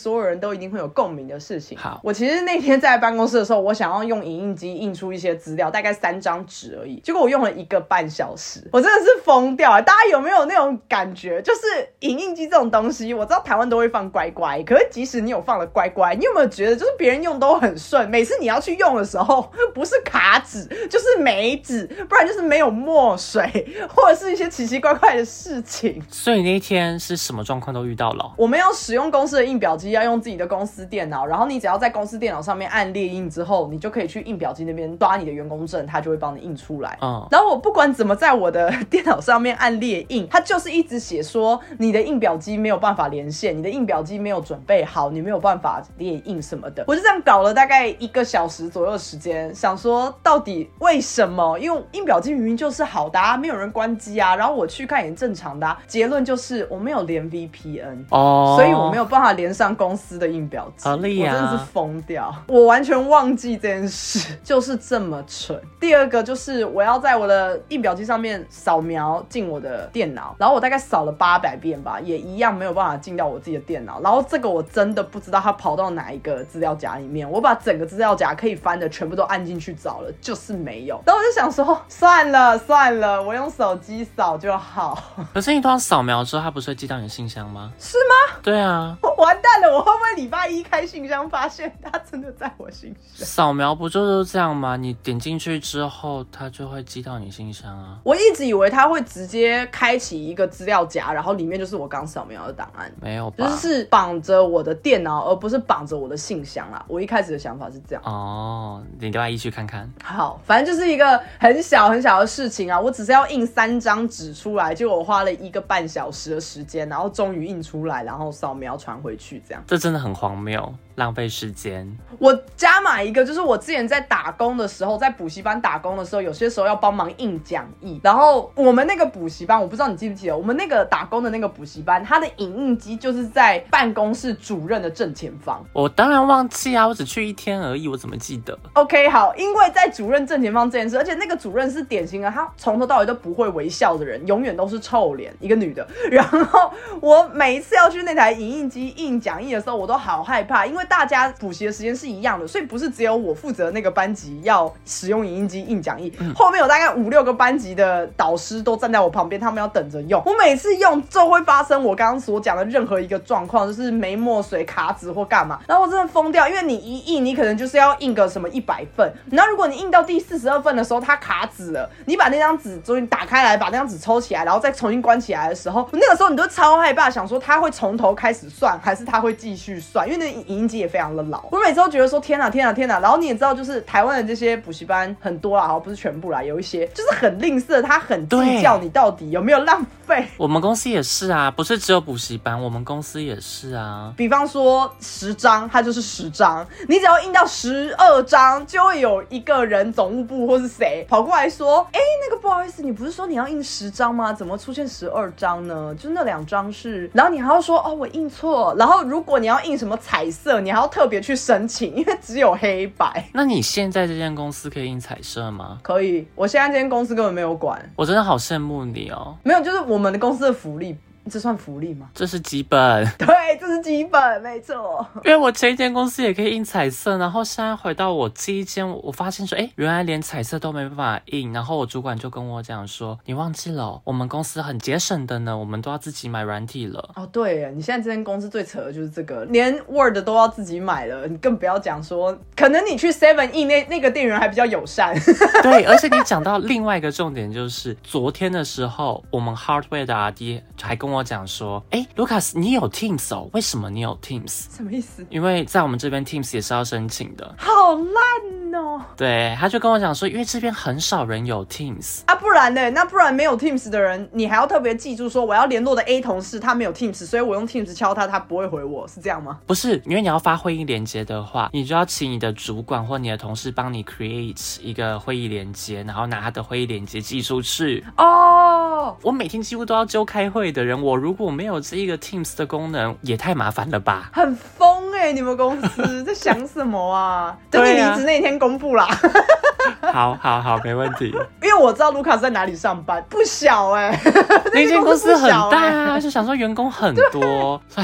所有人都一定会有共鸣的事情。 好， 我其实那天在办公室的时候，我想要用影印机印出一些资料，大概三张纸而已，结果我用了一个半小时，我真的是疯掉了。大家有没有那种感觉？就是影印机这种东西，我知道台湾都会放乖乖，可是即使你有放了乖乖，你有没有觉得就是别人用都很顺，每次你要去用的时候，不是卡纸就是没纸，不然就是没有墨水，或者是一些奇奇怪怪的事情。 所以那一天是什么状况都遇到了、哦？ 我们要使用公司的印表机，要用自己的公司电脑，然后你只要在公司电脑上面按列印之后，你就可以去印表机那边刷你的员工证，它就会帮你印出来。嗯，然后我不管怎么在我的电脑上面按列印，它就是一直写说你的印表机没有办法连线，你的印表机没有准备好，你没有办法列印什么的。我就这样搞了大概一个小时左右的时间，想说到底为什么？因为印表机明明就是好的啊，没有人关机啊，然后我去看也正常的啊。结论就是我没有连 V P N， 哦，所以我没有办法连上公司的印表机。好厉害啊！我真的是疯掉，我完全忘记这件事，就是这么蠢。第二个就是我要在我的印表机上面扫描进我的电脑，然后我大概扫了八百遍吧，也一样没有办法进到我自己的电脑。然后这个我真的不知道它跑到哪一个资料夹里面，我把整个资料夹可以翻的全部都按进去找了，就是没有。然后我就想说，算了算了，我用手机扫就好。 可是你通常扫描之后，它不是会寄到你的信箱吗？ 是吗？ 对啊。 完蛋了，我会不会礼拜一开信箱发现它真的在我信箱？ 扫描不就是这样吗？你点进去之后，它就会寄到你信箱啊。 我一直以为它会直接开启一个资料夹，然后里面就是我刚扫描的档案。 没有吧？ 就是绑着我的电脑，而不是绑着我的信箱啦。我一开始的想法是这样。 哦，你礼拜一去看看。 好，反正就是一个很小很小的事情啊。我只是要印三张纸出来，结果我花了一个半小时的时间，然后终于印出来，然后扫描传回去，这样。 这真的很荒谬，浪费时间。 我加码一个，就是我之前在打工的时候，在补习班打工的时候，有些时候要帮忙印讲义。然后我们那个补习班，我不知道你记不记得，我们那个打工的那个补习班，它的影印机就是在办公室主任的正前方。 我当然忘记啊，我只去一天而已，我怎么记得 ？OK， 好，因为在主任正前方这件事，而且那个主任是典型的，他从头到尾都不会微笑的人，永远都是臭脸，一个女的。然后我每一次要去那台影印机印讲义的时候，我都好害怕，因为大家补习的时间是一样的，所以不是只有我负责那个班级要使用影印机印讲义，嗯、后面有大概五六个班级的导师都站在我旁边，他们要等着用。我每次用就会发生我刚刚所讲的任何一个状况，就是没墨水、卡纸或干嘛，然后我真的疯掉，因为你一印，你可能就是要印个什么一百份，然后如果你印到第四十二份的时候，它卡纸了，你把那张纸终于打开来，把那张纸抽起来，然后再重新关起来的时候，那个时候你都超害怕，想说它会从头开始算，还是它会继续算，因为那影印机也非常的老。我每次都觉得说天哪天哪天哪，然后你也知道，就是台湾的这些补习班很多啦，好不是全部啦，有一些就是很吝啬，他很计较你到底有没有浪费。 我们公司也是啊，不是只有补习班，我们公司也是啊。 比方说十张，它就是十张，你只要印到十二张，就会有一个人总务部或是谁跑过来说，哎、欸，那个不好意思，你不是说你要印十张吗？怎么出现十二张呢？就那两张是，然后你还要说哦我印错，然后如果你要印什么彩色，你还要特别去申请，因为只有黑白。 那你现在这间公司可以印彩色吗？ 可以，我现在这间公司根本没有管。 我真的好羡慕你哦。 没有，就是我们的公司的福利。这算福利吗？ 这是基本。 对，这是基本，没错。 因为我前一间公司也可以印彩色，然后现在回到我这一间，我发现说，哎，原来连彩色都没办法印。然后我主管就跟我讲说，你忘记了，我们公司很节省的呢，我们都要自己买软体了。 哦，对耶，你现在这间公司最扯的就是这个，连 Word 都要自己买了，你更不要讲说，可能你去 seven 印那那个店员还比较友善。 对，而且你讲到另外一个重点，就是昨天的时候，我们 Hardware 的 R D 还跟我讲说，哎 ，Lucas， 你有 Teams 哦？为什么你有 Teams？ 什么意思？ 因为在我们这边 Teams 也是要申请的。 好烂哦！ 对，他就跟我讲说，因为这边很少人有 Teams 啊，不然呢？那不然没有 Teams 的人，你还要特别记住说，我要联络的 A 同事他没有 Teams， 所以我用 Teams 敲他，他不会回我，是这样吗？ 不是，因为你要发会议连结的话，你就要请你的主管或你的同事帮你 create 一个会议连结，然后拿他的会议连结寄出去。哦，我每天几乎都要揪开会的人，我如果没有这一个 Teams 的功能，也太麻烦了吧？ 很疯哎、欸，你们公司在想什么啊？等你离职那天公布啦。 好好好，没问题。 因为我知道卢卡斯在哪里上班，不小哎、欸， 那间公司很大啊，就想说员工很多，哎。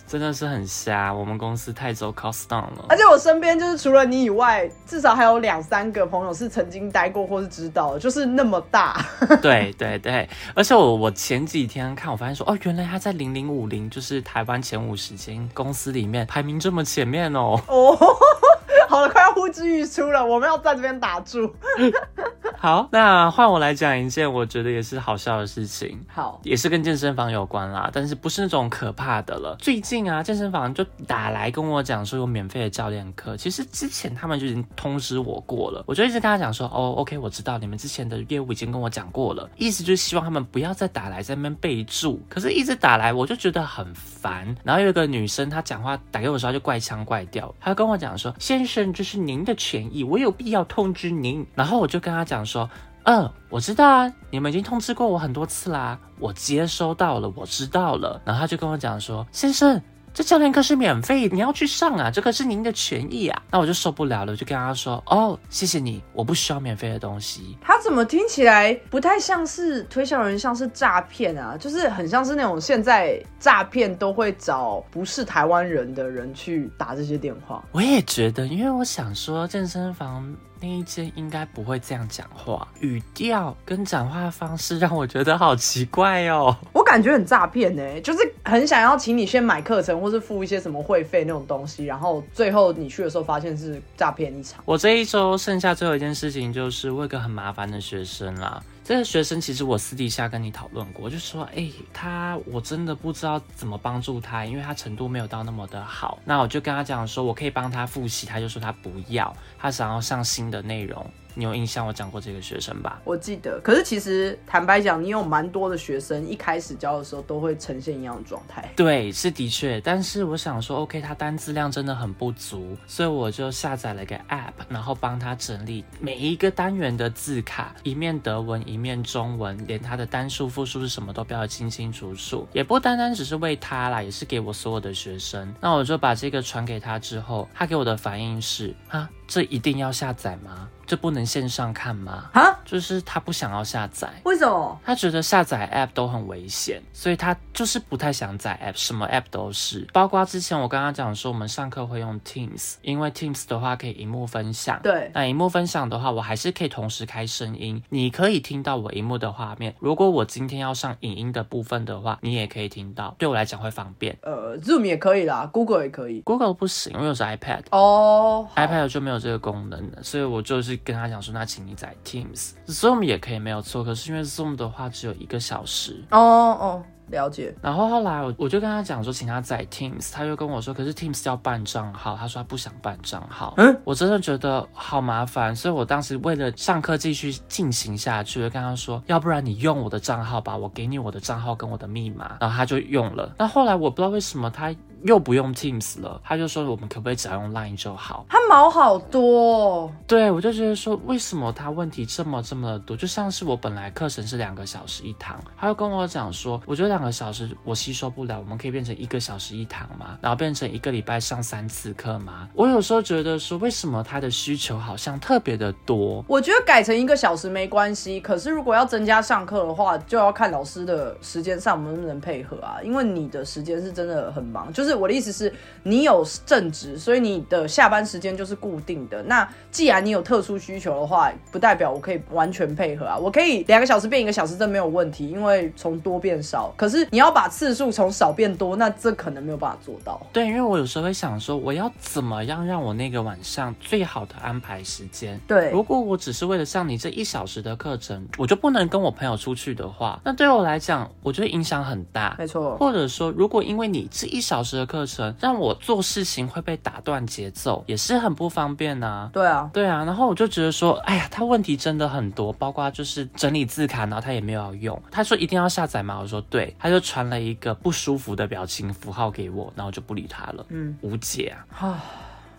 真的是很瞎，我们公司太走 cost down 了。 而且我身边就是除了你以外，至少还有两三个朋友是曾经待过或是知道的，就是那么大。 对对对，而且我我前几天看，我发现说，哦，原来他在零零五零，就是台湾前五十间公司里面排名这么前面哦。 哦，好了，快要呼之欲出了，我们要在这边打住。 好，那换我来讲一件我觉得也是好笑的事情。 好， 也是跟健身房有关啦，但是不是那种可怕的了。最近啊，健身房就打来跟我讲说有免费的教练课，其实之前他们就已经通知我过了，我就一直跟他讲说，哦 ，OK， 我知道你们之前的业务已经跟我讲过了，意思就是希望他们不要再打来在那边备注，可是一直打来我就觉得很烦。然后有一个女生她讲话打给我的时候就怪腔怪调，她就跟我讲说，先生，这是您的权益，我有必要通知您。然后我就跟她讲说，嗯，我知道啊，你们已经通知过我很多次啦，我接收到了，我知道了。然后他就跟我讲说，先生，这教练课是免费，你要去上啊，这个是您的权益啊。那我就受不了了，我就跟他说，哦，谢谢你，我不需要免费的东西。 他怎么听起来不太像是推销人，像是诈骗啊？就是很像是那种现在诈骗都会找不是台湾人的人去打这些电话。 我也觉得，因为我想说健身房那一间应该不会这样讲话，语调跟讲话方式让我觉得好奇怪哦。 我感觉很诈骗欸，就是很想要请你先买课程或是付一些什么会费那种东西，然后最后你去的时候发现是诈骗一场。 我这一周剩下最后一件事情就是我有个很麻烦的学生啦。这个学生其实我私底下跟你讨论过，我就说，哎、欸，他我真的不知道怎么帮助他，因为他程度没有到那么的好。那我就跟他讲说，我可以帮他复习，他就说他不要，他想要上新的内容。你有印象我讲过这个学生吧？ 我记得，可是其实坦白讲，你有蛮多的学生一开始教的时候都会呈现一样的状态。 对，是的确，但是我想说 OK， 他单字量真的很不足，所以我就下载了一个 app， 然后帮他整理每一个单元的字卡，一面德文一面中文，连他的单数复数是什么都标得清清楚楚，也不单单只是为他啦，也是给我所有的学生。那我就把这个传给他之后，他给我的反应是，啊，这一定要下载吗？这不能线上看吗？啊，就是他不想要下载。 为什么？ 他觉得下载 app 都很危险，所以他就是不太想载 app， 什么 app 都是。包括之前我跟他讲说，我们上课会用 Teams， 因为 Teams 的话可以萤幕分享。 对， 那萤幕分享的话，我还是可以同时开声音，你可以听到我萤幕的画面。如果我今天要上影音的部分的话，你也可以听到，对我来讲会方便。 呃 ，Zoom 也可以啦 ，Google 也可以 ，Google 不行，因为我是 iPad。 哦 ，iPad 就没有这个功能了，所以我就是跟他讲说，那请你载 Teams。Zoom 也可以没有错，可是因为 Zoom 的话只有一个小时。 哦哦。了解。 然后后来我我就跟他讲说，请他载 Teams， 他就跟我说，可是 Teams 要办账号，他说他不想办账号。嗯，我真的觉得好麻烦，所以我当时为了上课继续进行下去，我就跟他说，要不然你用我的账号吧，我给你我的账号跟我的密码。然后他就用了。那后来我不知道为什么他又不用 Teams 了，他就说我们可不可以只要用 Line 就好。 他毛好多哦。 对，我就觉得说为什么他问题这么这么的多，就像是我本来课程是两个小时一堂，他就跟我讲说，我觉得两个小时我吸收不了，我们可以变成一个小时一堂吗？然后变成一个礼拜上三次课吗？我有时候觉得说为什么他的需求好像特别的多。 我觉得改成一个小时没关系，可是如果要增加上课的话，就要看老师的时间上能不能配合啊，因为你的时间是真的很忙，就是我的意思是你有正职，所以你的下班时间就是固定的。那既然你有特殊需求的话，不代表我可以完全配合啊，我可以两个小时变一个小时，这没有问题，因为从多变少。可是你要把次数从少变多，那这可能没有办法做到。 对，因为我有时候会想说，我要怎么样让我那个晚上最好的安排时间。 对， 如果我只是为了上你这一小时的课程，我就不能跟我朋友出去的话，那对我来讲，我觉得影响很大。 没错。 或者说，如果因为你这一小时的课程，让我做事情会被打断节奏，也是很不方便啊。 对啊， 对啊。然后我就觉得说，哎呀，他问题真的很多，包括就是整理字卡，然后他也没有要用。他说一定要下载吗？我说对。他就传了一个不舒服的表情符号给我，然后就不理他了。嗯，无解啊。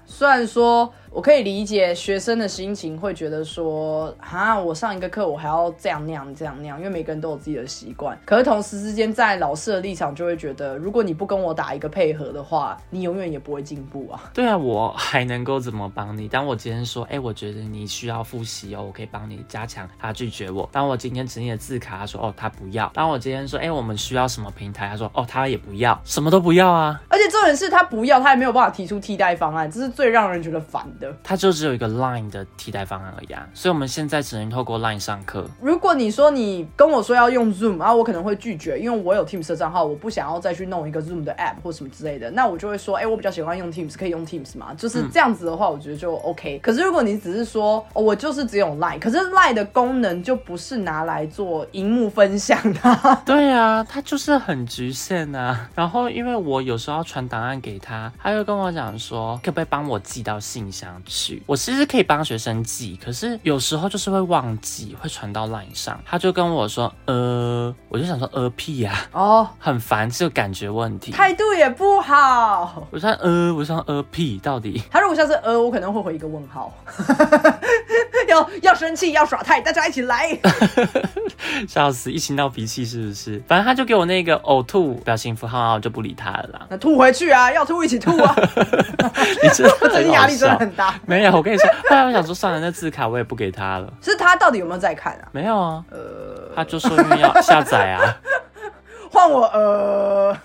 虽然说我可以理解学生的心情，会觉得说哈，我上一个课我还要这样那样这样那样，因为每个人都有自己的习惯。可是同时之间，在老师的立场就会觉得，如果你不跟我打一个配合的话，你永远也不会进步啊。 对啊，我还能够怎么帮你？当我今天说，哎、欸，我觉得你需要复习哦，我可以帮你加强，他拒绝我。当我今天指你的字卡，他说哦，他不要。当我今天说，哎、欸，我们需要什么平台，他说哦，他也不要，什么都不要啊。 而且重点是他不要，他也没有办法提出替代方案，这是最让人觉得烦的。 他就只有一个 Line 的替代方案而已啊，所以我们现在只能透过 Line 上课。 如果你说你跟我说要用 Zoom， 然后我可能会拒绝，因为我有 Teams 的账号，我不想要再去弄一个 Zoom 的 App 或什么之类的，那我就会说，哎、欸，我比较喜欢用 Teams， 可以用 Teams 吗？就是这样子的话，我觉得就 OK。可是如果你只是说，哦，我就是只有 Line， 可是 Line 的功能就不是拿来做萤幕分享的、啊。 对啊，它就是很局限啊。然后因为我有时候要传档案给他，他就跟我讲说，可不可以帮我寄到信箱去？我其实可以帮学生寄，可是有时候就是会忘记，会传到 Line 上。他就跟我说，呃，我就想说，呃屁呀、啊，哦，很烦，这个感觉问题， 态度也不好。 我说呃，我说呃屁，到底？ 他如果像是呃，我可能会回一个问号。要要生气，要耍态，大家一起来！ 笑死，一起闹脾气是不是？反正他就给我那个呕吐表情符号，我就不理他了啦。 那吐回去啊，要吐一起吐啊！ 你真的很压力真的很大。 没有，我跟你说，后来我想说算了，那字卡我也不给他了。 是他到底有没有在看啊？ 没有啊，呃，他就说因为要下载啊。 换我呃，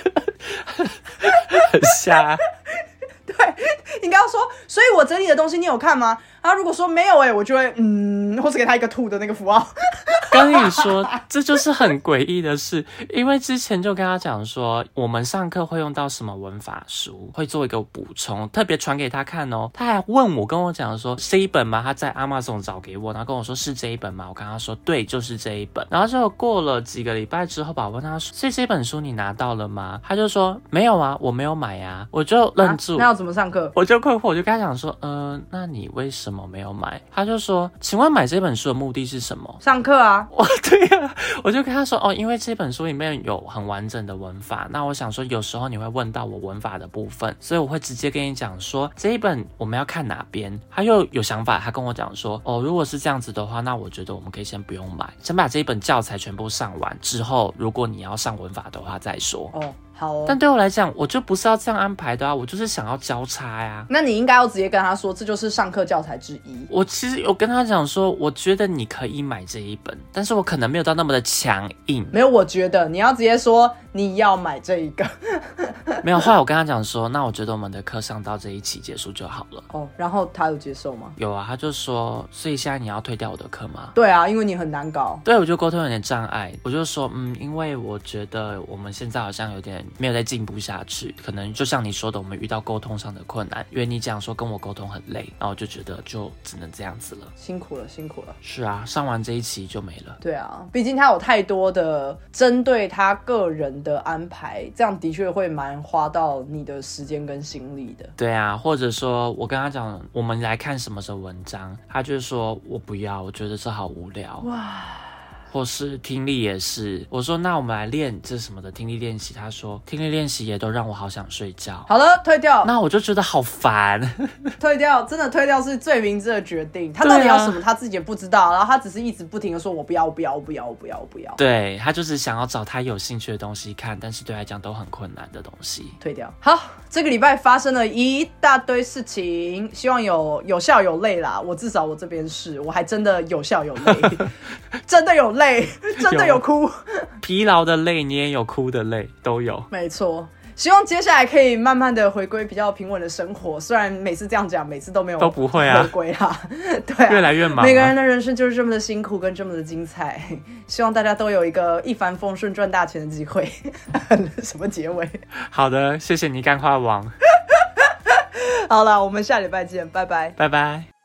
很瞎。 对，应该要说，所以我整理的东西你有看吗？他如果说没有哎、欸，我就会嗯，或是给他一个吐的那个符号。 跟你说，这就是很诡异的事，因为之前就跟他讲说，我们上课会用到什么文法书，会做一个补充，特别传给他看哦。他还问我，跟我讲说这一本吗？他在 Amazon 找给我，然后跟我说是这一本吗？我跟他说对，就是这一本。然后就过了几个礼拜之后吧，我问他说，所以这本书你拿到了吗？他就说没有啊，我没有买啊。我就愣住，啊、 那要怎么上课？ 我就困惑，我就跟他讲说，呃，那你为什么没有买？他就说，请问买这本书的目的是什么？ 上课啊。 哇，对呀、啊，我就跟他说，哦，因为这本书里面有很完整的文法，那我想说，有时候你会问到我文法的部分，所以我会直接跟你讲说，这一本我们要看哪边。他又有想法，他跟我讲说，哦，如果是这样子的话，那我觉得我们可以先不用买，先把这一本教材全部上完之后，如果你要上文法的话再说。 哦。好哦， 但对我来讲，我就不是要这样安排的啊，我就是想要交叉呀。 那你应该要直接跟他说，这就是上课教材之一。 我其实有跟他讲说，我觉得你可以买这一本，但是我可能没有到那么的强硬。 没有，我觉得你要直接说你要买这一个。 没有，后来我跟他讲说，那我觉得我们的课上到这一期结束就好了。 哦，然后他有接受吗？ 有啊，他就说，所以现在你要退掉我的课吗？ 对啊，因为你很难搞。 对，我就沟通有点障碍，我就说，嗯，因为我觉得我们现在好像有点没有在进步下去，可能就像你说的，我们遇到沟通上的困难，因为你讲说跟我沟通很累，然后我就觉得就只能这样子了。 辛苦了，辛苦了。 是啊，上完这一期就没了。 对啊，毕竟他有太多的针对他个人的安排，这样的确会蛮花到你的时间跟心力的。 对啊，或者说我跟他讲，我们来看什么的文章，他就说我不要，我觉得这好无聊。哇。或是听力也是，我说那我们来练这什么的听力练习，他说听力练习也都让我好想睡觉。 好了，退掉。 那我就觉得好烦。 退掉，真的退掉是最明智的决定。他到底要什么他自己也不知道，然后他只是一直不停的说我不要，我不要，我不要，我不要，我不要。 对，他就是想要找他有兴趣的东西看，但是对他来讲都很困难的东西。 退掉。好，这个礼拜发生了一大堆事情，希望有有笑有泪啦。我至少我这边是，我还真的有笑有泪，真的有泪。真的有哭， 疲劳的泪，你也有哭的泪，都有。 没错，希望接下来可以慢慢的回归比较平稳的生活。虽然每次这样讲，每次都没有都不会啊， 回归啦，对啊， 越来越忙、啊。 每个人的人生就是这么的辛苦，跟这么的精彩。希望大家都有一个一帆风顺赚大钱的机会。什么结尾？ 好的，谢谢你干话王。 好啦，我们下礼拜见，拜拜， 拜拜。